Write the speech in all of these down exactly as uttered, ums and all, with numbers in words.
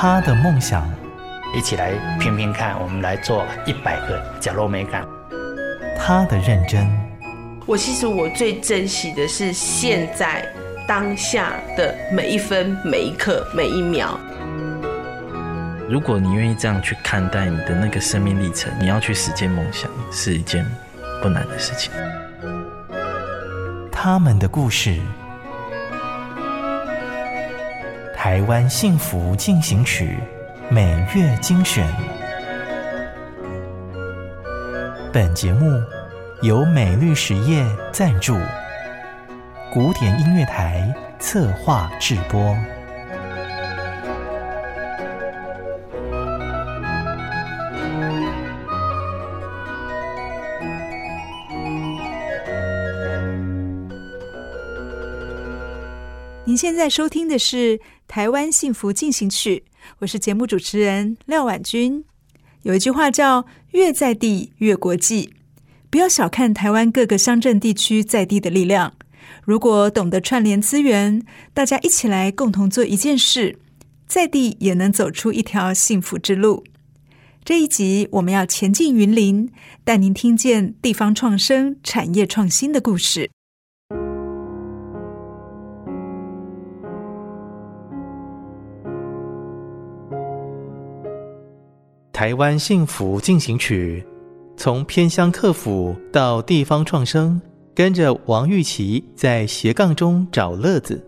他的梦想， 一起来拼拼看，我们来做一百个角落美感。 他的认真， 我其实我最珍惜的是现在当下的每一分每一刻每一秒。 如果你愿意这样去看待你的那个生命历程，你要去实践梦想是一件不难的事情。 他们的故事，台湾幸福进行曲每月精选。本节目由美律实业赞助，古典音乐台策划制播。 您现在收听的是台湾幸福进行曲，我是节目主持人廖婉君。有一句话叫越在地越国际，不要小看台湾各个乡镇地区在地的力量，如果懂得串联资源，大家一起来共同做一件事，在地也能走出一条幸福之路。这一集我们要前进云林，带您听见地方创生、产业创新的故事。 台湾幸福进行曲，从偏乡客服到地方创生，跟着王玉琪在斜杠中找乐子。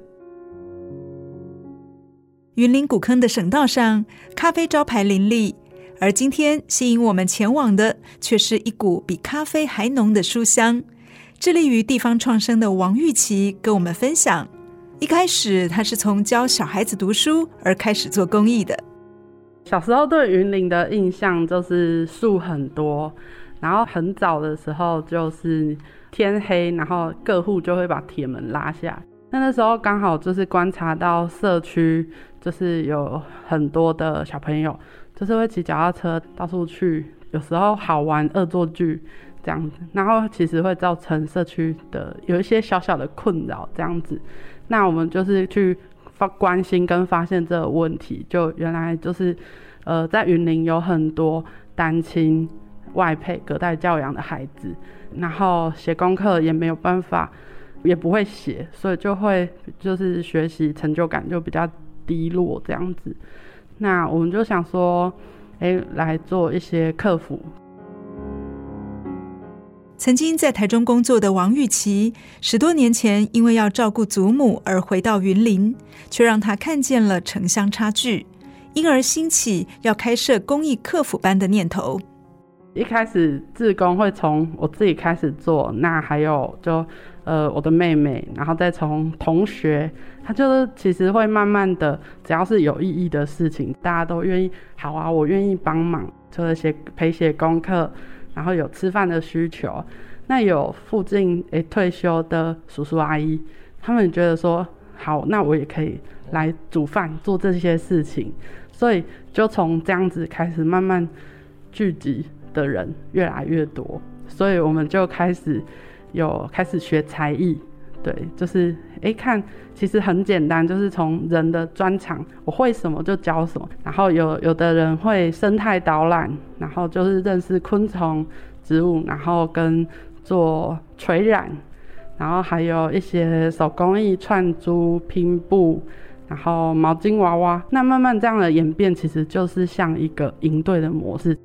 云林古坑的省道上，咖啡招牌林立，而今天吸引我们前往的却是一股比咖啡还浓的书香。致力于地方创生的王玉琪跟我们分享，一开始他是从教小孩子读书而开始做公益的。 小时候对云林的印象就是树很多，然后很早的时候就是天黑，然后各户就会把铁门拉下。那那时候刚好就是观察到社区就是有很多的小朋友就是会骑脚踏车到处去，有时候好玩恶作剧这样子，然后其实会造成社区的有一些小小的困扰这样子。那我们就是去关心跟发现这个问题，就原来就是呃，在云林有很多单亲外配隔代教养的孩子，然后写功课也没有办法，也不会写，所以就会就是学习成就感就比较低落这样子。那我们就想说哎，来做一些克服。 曾经在台中工作的王玉琪，十多年前因为要照顾祖母而回到云林，却让他看见了城乡差距，因而兴起要开设公益客服班的念头。 一开始志工会从我自己开始做，那还有就呃我的妹妹，然后再从同学，他就是其实会慢慢的，只要是有意义的事情，大家都愿意，好啊，我愿意帮忙，就是写陪写功课，然后有吃饭的需求，那有附近诶退休的叔叔阿姨，他们觉得说好，那我也可以来煮饭做这些事情，所以就从这样子开始慢慢聚集的人越来越多，所以我们就开始有开始学才艺。对，就是哎，看其实很简单，就是从人的专长，我会什么就教什么。然后有有的人会生态导览，然后就是认识昆虫、植物，然后跟做垂染，然后还有一些手工艺、串珠、拼布，然后毛巾娃娃。那慢慢这样的演变，其实就是像一个营队的模式。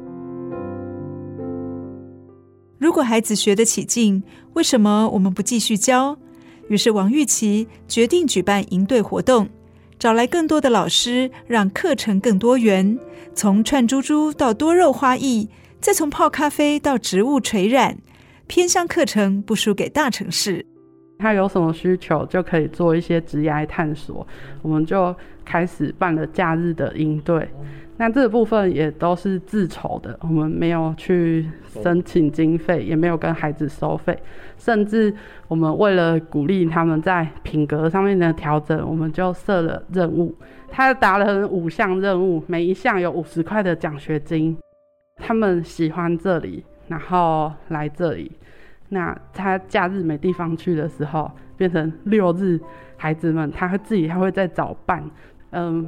如果孩子学得起劲，为什么我们不继续教？于是王玉琪决定举办营队活动，找来更多的老师，让课程更多元，从串珠珠到多肉花艺，再从泡咖啡到植物垂染，偏乡课程不输给大城市。 他有什么需求就可以做一些职业探索，我们就开始办了假日的营队。那这个部分也都是自筹的，我们没有去申请经费，也没有跟孩子收费，甚至我们为了鼓励他们在品格上面的调整，我们就设了任务。他达了五项任务，每一项有五十块的奖学金。他们喜欢这里，然后来这里。那他假日没地方去的时候，变成六日，孩子们他会自己还会再找伴，嗯。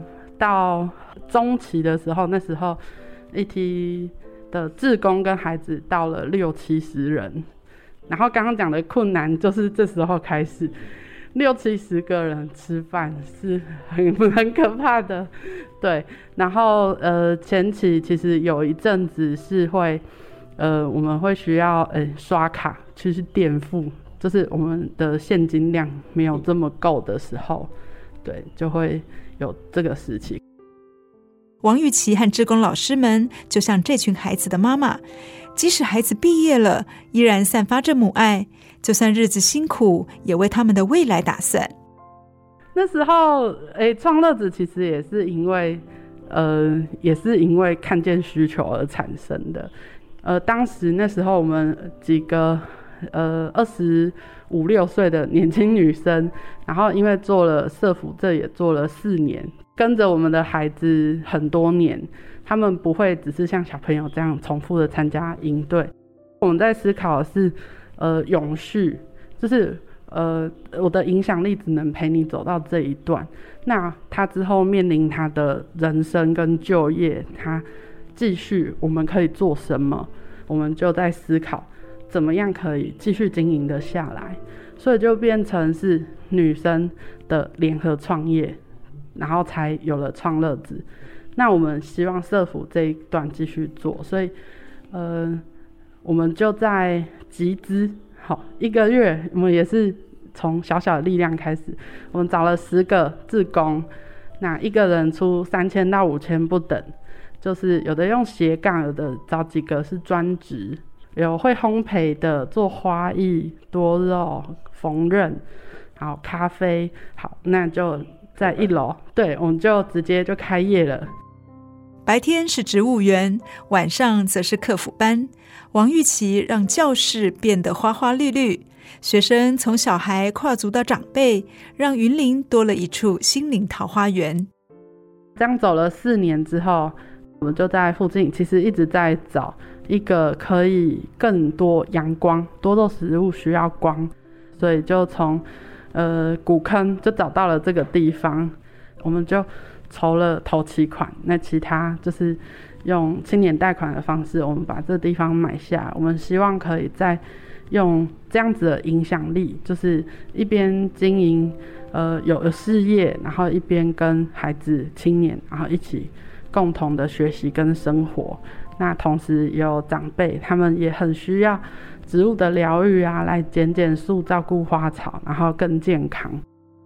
到中期的时候，那时候一梯的志工跟孩子到了六七十人，然后刚刚讲的困难就是这时候开始，六七十个人吃饭是很很可怕的，对。然后呃前期其实有一阵子是会呃我们会需要呃刷卡去垫付，就是我们的现金量没有这么够的时候，对，就会有这个时期。 王玉琪和志工老师们就像这群孩子的妈妈，即使孩子毕业了，依然散发着母爱，就算日子辛苦，也为他们的未来打算。 那时候，诶，创乐子其实也是因为，呃，也是因为看见需求而产生的。呃，当时那时候我们几个，呃，二十五六岁的年轻女生，然后因为做了社福，这也做了四年。跟着我们的孩子很多年，他们不会只是像小朋友这样重复的参加营队。我们在思考的是，呃，永续，就是呃，我的影响力只能陪你走到这一段。那他之后面临他的人生跟就业，他继续我们可以做什么？我们就在思考怎么样可以继续经营的下来。所以就变成是女生的联合创业。然后才有了创乐子。那我们希望社福这一段继续做，所以呃，我们就在集资，好，一个月我们也是从小小的力量开始，我们找了十个志工，那一个人出三千到五千不等，就是有的用斜杠，有的找几个是专职，有会烘焙的，做花艺、多肉、缝纫，好，咖啡，好，那就在一楼，对，我们就直接就开业了。 白天是植物园，晚上则是客服班。王玉琪让教室变得花花绿绿，学生从小孩跨足到长辈，让云林多了一处心灵桃花源。 这样走了四年之后，我们就在附近其实一直在找一个可以更多阳光，多肉植物需要光，所以就从呃，古坑就找到了这个地方，我们就筹了头期款，那其他就是用青年贷款的方式，我们把这个地方买下。我们希望可以再用这样子的影响力，就是一边经营呃有事业，然后一边跟孩子、青年，然后一起共同的学习跟生活。那同时也有长辈，他们也很需要植物的疗愈啊，来减减速，照顾花草，然后更健康。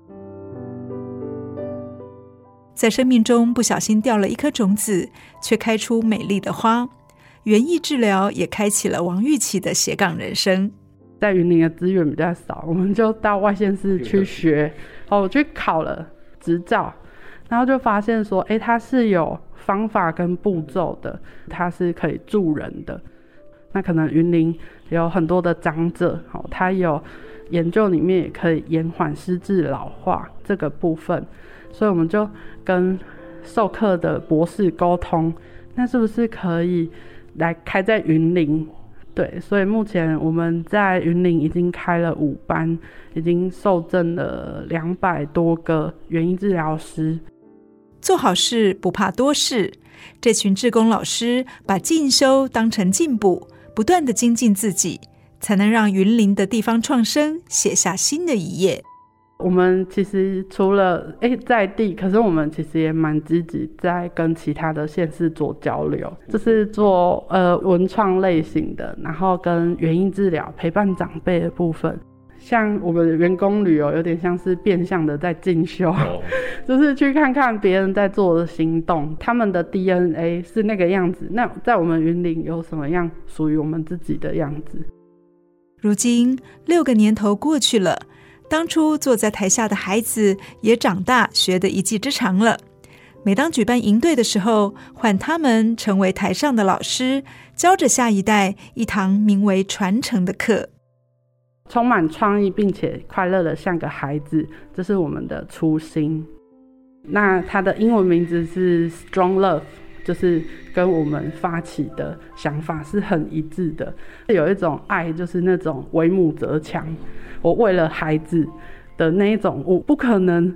在生命中不小心掉了一颗种子，却开出美丽的花。园艺治疗也开启了王玉琪的斜杠人生。 在云林的资源比较少，我们就到外县市去学，哦，我去考了执照，然后就发现说，哎，它是有方法跟步骤的，它是可以助人的。那可能云林有很多的长者，哦，他有研究里面也可以延缓失智老化这个部分，所以我们就跟授课的博士沟通，那是不是可以来开在云林？对，所以目前我们在云林已经开了五班，已经受证了两百多个园艺治疗师。 做好事不怕多事，这群志工老师把进修当成进步，不断的精进自己，才能让云林的地方创生写下新的一页。 我们其实除了诶在地，可是我们其实也蛮积极在跟其他的县市做交流，就是做呃文创类型的，然后跟园艺治疗陪伴长辈的部分。像我们的员工旅游有点像是变相的在进修，哦，就是去看看别人在做的行动，他们的 D N A 是那个样子，那在我们云林有什么样属于我们自己的样子。 如今六个年头过去了，当初坐在台下的孩子也长大，学得一技之长了。每当举办营队的时候，换他们成为台上的老师，教着下一代一堂名为传承的课。 充满创意并且快乐的像个孩子，这是我们的初心。那它的英文名字是 Strong Love， 就是跟我们发起的想法是很一致的。有一种爱，就是那种为母则强，我为了孩子的那一种，我不可能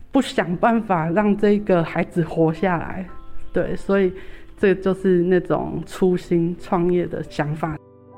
不想办法让这个孩子活下来。对，所以这就是那种初心创业的想法。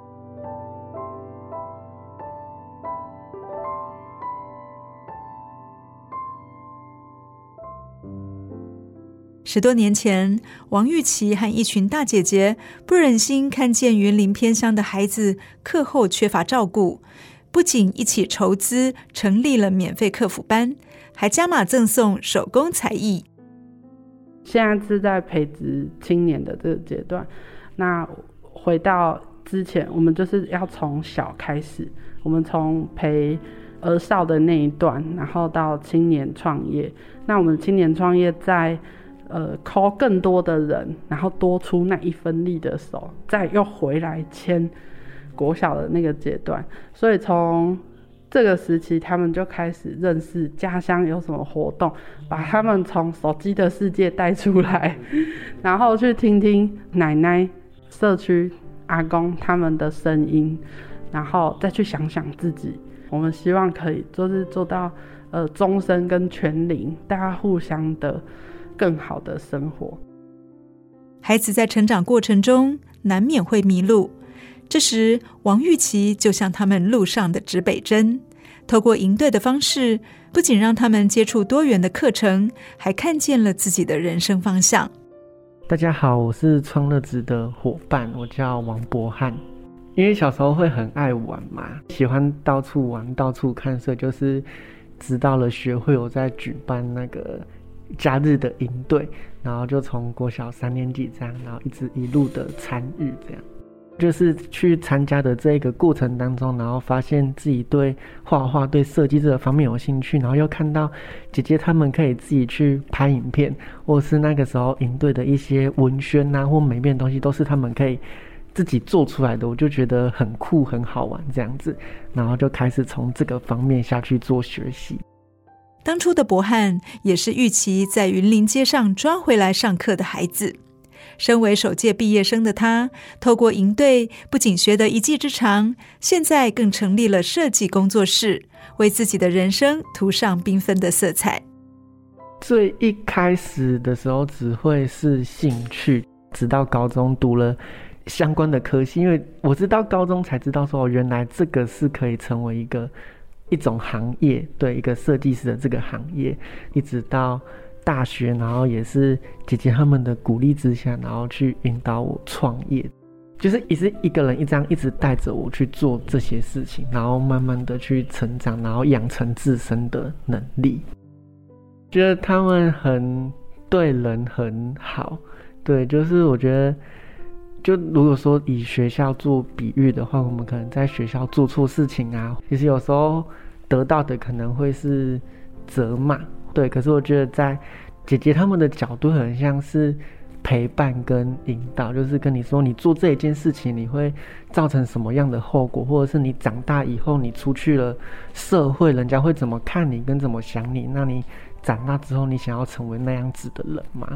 十多年前，王玉琪和一群大姐姐不忍心看见云林偏乡的孩子课后缺乏照顾，不仅一起筹资成立了免费课辅班，还加码赠送手工才艺。 现在是在培植青年的这个阶段，那回到之前，我们就是要从小开始，我们从培儿少的那一段，然后到青年创业。那我们青年创业在呃 call 更多的人，然后多出那一分力的手，再又回来牵国小的那个阶段。所以从这个时期，他们就开始认识家乡有什么活动，把他们从手机的世界带出来，然后去听听奶奶、社区阿公他们的声音，然后再去想想自己。我们希望可以就是做到呃终身跟全龄大家互相的更好的生活。 孩子在成长过程中难免会迷路，这时王玉琪就像他们路上的指北针，透过营队的方式，不仅让他们接触多元的课程，还看见了自己的人生方向。 大家好，我是创乐子的伙伴，我叫王博翰。因为小时候会很爱玩嘛，喜欢到处玩到处看，所以就是知道了学会有在举办那个假日的营队，然后就从国小三年级这样，然后一直一路的参与，这样就是去参加的这个过程当中，然后发现自己对画画对设计这个方面有兴趣，然后又看到姐姐她们可以自己去拍影片，或是那个时候营队的一些文宣啊或美编的东西都是她们可以自己做出来的，我就觉得很酷很好玩这样子，然后就开始从这个方面下去做学习。 当初的博翰也是玉琪在云林街上抓回来上课的孩子。身为首届毕业生的他，透过营队不仅学得一技之长，现在更成立了设计工作室，为自己的人生涂上缤纷的色彩。 最一开始的时候只会是兴趣，直到高中读了相关的科系，因为我是到高中才知道说原来这个是可以成为一个一种行业，对，一个设计师的这个行业，一直到大学，然后也是姐姐他们的鼓励之下，然后去引导我创业，就是也是一个人一张一直带着我去做这些事情，然后慢慢的去成长，然后养成自身的能力。觉得他们很对人很好，对，就是我觉得就如果说以学校做比喻的话，我们可能在学校做错事情啊，其实有时候得到的可能会是责骂，对，可是我觉得在姐姐他们的角度很像是陪伴跟引导，就是跟你说你做这一件事情你会造成什么样的后果，或者是你长大以后你出去了社会人家会怎么看你跟怎么想你，那你长大之后你想要成为那样子的人吗？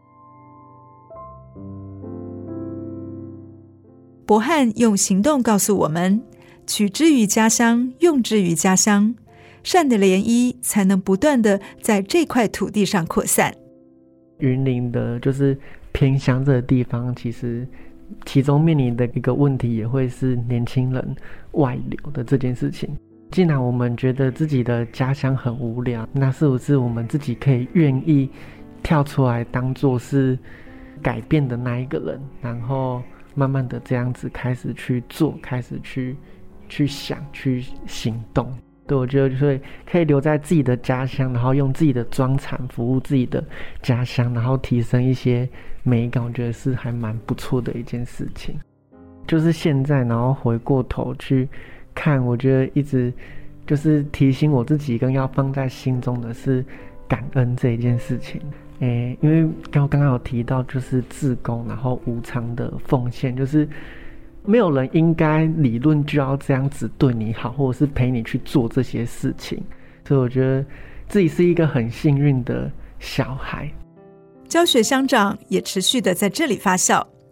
博翰用行动告诉我们，取之于家乡，用之于家乡，善的涟漪才能不断的在这块土地上扩散。 云林的就是偏乡这个地方，其实其中面临的一个问题也会是年轻人外流的这件事情。既然我们觉得自己的家乡很无聊，那是不是我们自己可以愿意跳出来当作是改变的那一个人，然后慢慢的这样子开始去做，开始去去想，去行动。对，我觉得就是可以留在自己的家乡，然后用自己的专长服务自己的家乡，然后提升一些美感，我觉得是还蛮不错的一件事情。就是现在然后回过头去看，我觉得一直就是提醒我自己更要放在心中的是感恩这一件事情。诶，因为刚刚有提到就是志工，然后无偿的奉献，就是没有人应该理论就要这样子对你好，或者是陪你去做这些事情，所以我觉得自己是一个很幸运的小孩。 教学相长也持续的在这里发酵，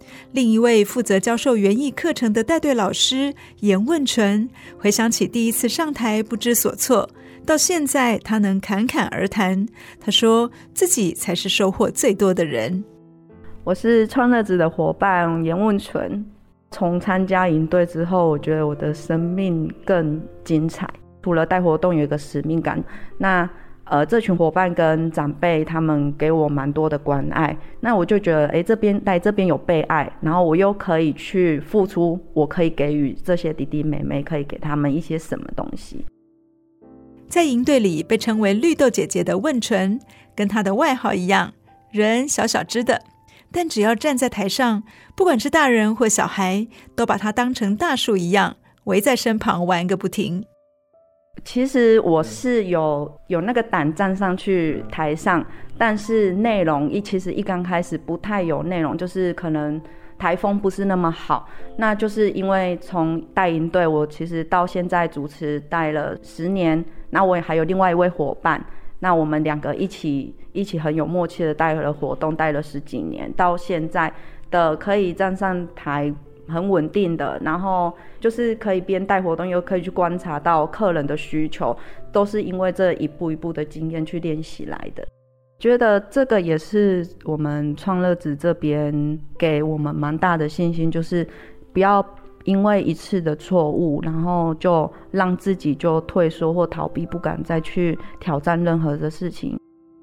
另一位负责教授园艺课程的带队老师严问纯，回想起第一次上台不知所措，到现在他能侃侃而谈。他说自己才是收获最多的人。 我是创乐子的伙伴严问纯，从参加营队之后，我觉得我的生命更精彩。除了带活动有一个使命感，那呃，这群伙伴跟长辈他们给我蛮多的关爱，那我就觉得哎，这边来这边有被爱，然后我又可以去付出，我可以给予这些弟弟妹妹，可以给他们一些什么东西。 在营队里被称为绿豆姐姐的问纯，跟她的外号一样，人小小只的，但只要站在台上，不管是大人或小孩，都把她当成大树一样围在身旁玩个不停。 其实我是有有那个胆站上去台上，但是内容一其实一刚开始不太有内容，就是可能台风不是那么好。那就是因为从带营队，我其实到现在主持带了十年，那我也还有另外一位伙伴，那我们两个一起一起很有默契的带了活动，带了十几年，到现在的可以站上台。很稳定的，然后就是可以边带活动又可以去观察到客人的需求，都是因为这一步一步的经验去练习来的。觉得这个也是我们创乐子这边给我们蛮大的信心，就是不要因为一次的错误，然后就让自己就退缩或逃避，不敢再去挑战任何的事情。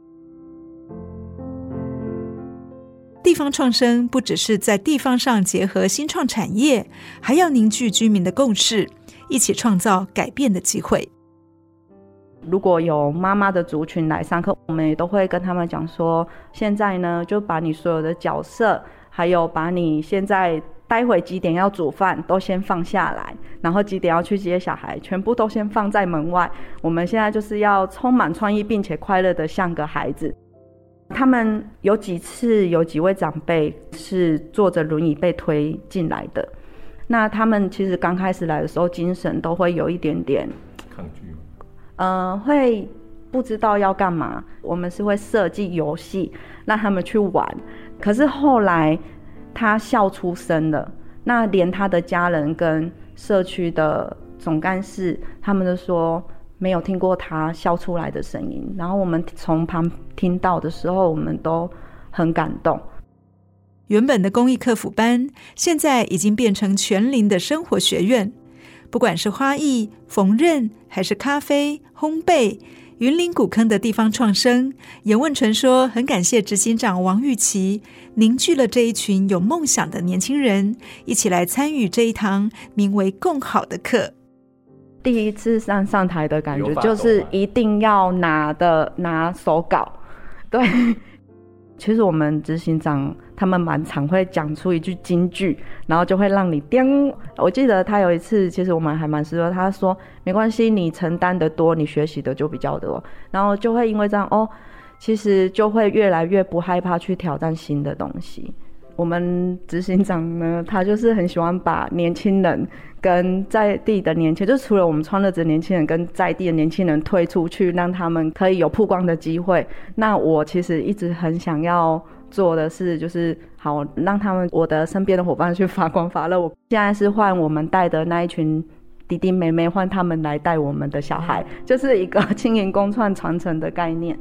地方创生不只是在地方上结合新创产业，还要凝聚居民的共识，一起创造改变的机会。 如果有妈妈的族群来上课，我们也都会跟他们讲说，现在呢就把你所有的角色，还有把你现在待会几点要煮饭都先放下来，然后几点要去接小孩全部都先放在门外。我们现在就是要充满创意并且快乐的像个孩子。他们有几次有几位长辈是坐着轮椅被推进来的，那他们其实刚开始来的时候精神都会有一点点抗拒， 呃，会不知道要干嘛。我们是会设计游戏让他们去玩，可是后来他笑出声了，那连他的家人跟社区的总干事他们都说没有听过他笑出来的声音，然后我们从旁听到的时候，我们都很感动。 原本的公益客服班，现在已经变成全龄的生活学院。不管是花艺、缝纫，还是咖啡、烘焙，云林古坑的地方创生，严问纯说，很感谢执行长王玉琪凝聚了这一群有梦想的年轻人，一起来参与这一堂名为共好的课。 第一次上上台的感觉就是一定要拿的拿手稿，对。其实我们执行长他们蛮常会讲出一句金句，然后就会让你叮。我记得他有一次，其实我们还蛮失落，他说没关系，你承担的多，你学习的就比较多，然后就会因为这样哦，其实就会越来越不害怕去挑战新的东西。我们执行长呢，他就是很喜欢把年轻人跟在地的年轻人，就除了我们创乐子的年轻人跟在地的年轻人推出去，让他们可以有曝光的机会。那我其实一直很想要做的是，就是好让他们我的身边的伙伴去发光发热。我现在是换我们带的那一群弟弟妹妹，换他们来带我们的小孩，就是一个青银共创传承的概念。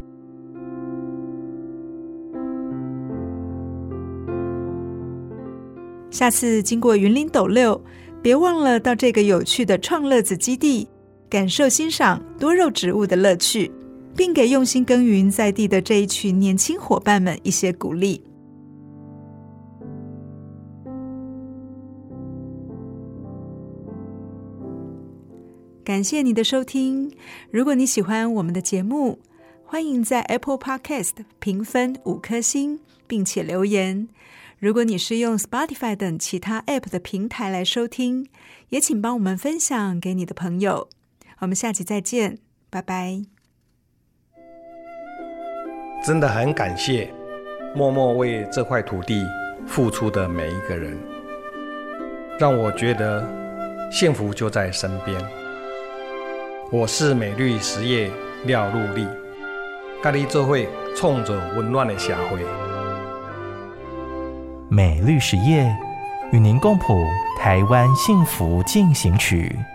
下次经过云林斗六，别忘了到这个有趣的创乐子基地，感受欣赏多肉植物的乐趣，并给用心耕耘在地的这一群年轻伙伴们一些鼓励。感谢你的收听，如果你喜欢我们的节目，欢迎在 Apple Podcast 评分五颗星，并且留言。如果你是用 Spotify 等其他 App 的平台来收听，也请帮我们分享给你的朋友。我们下期再见，拜拜。 真的很感谢默默为这块土地付出的每一个人，让我觉得幸福就在身边。我是美绿实业廖陆力，跟你做伙创造温暖的社会。 美律实业，与您共谱台湾幸福进行曲。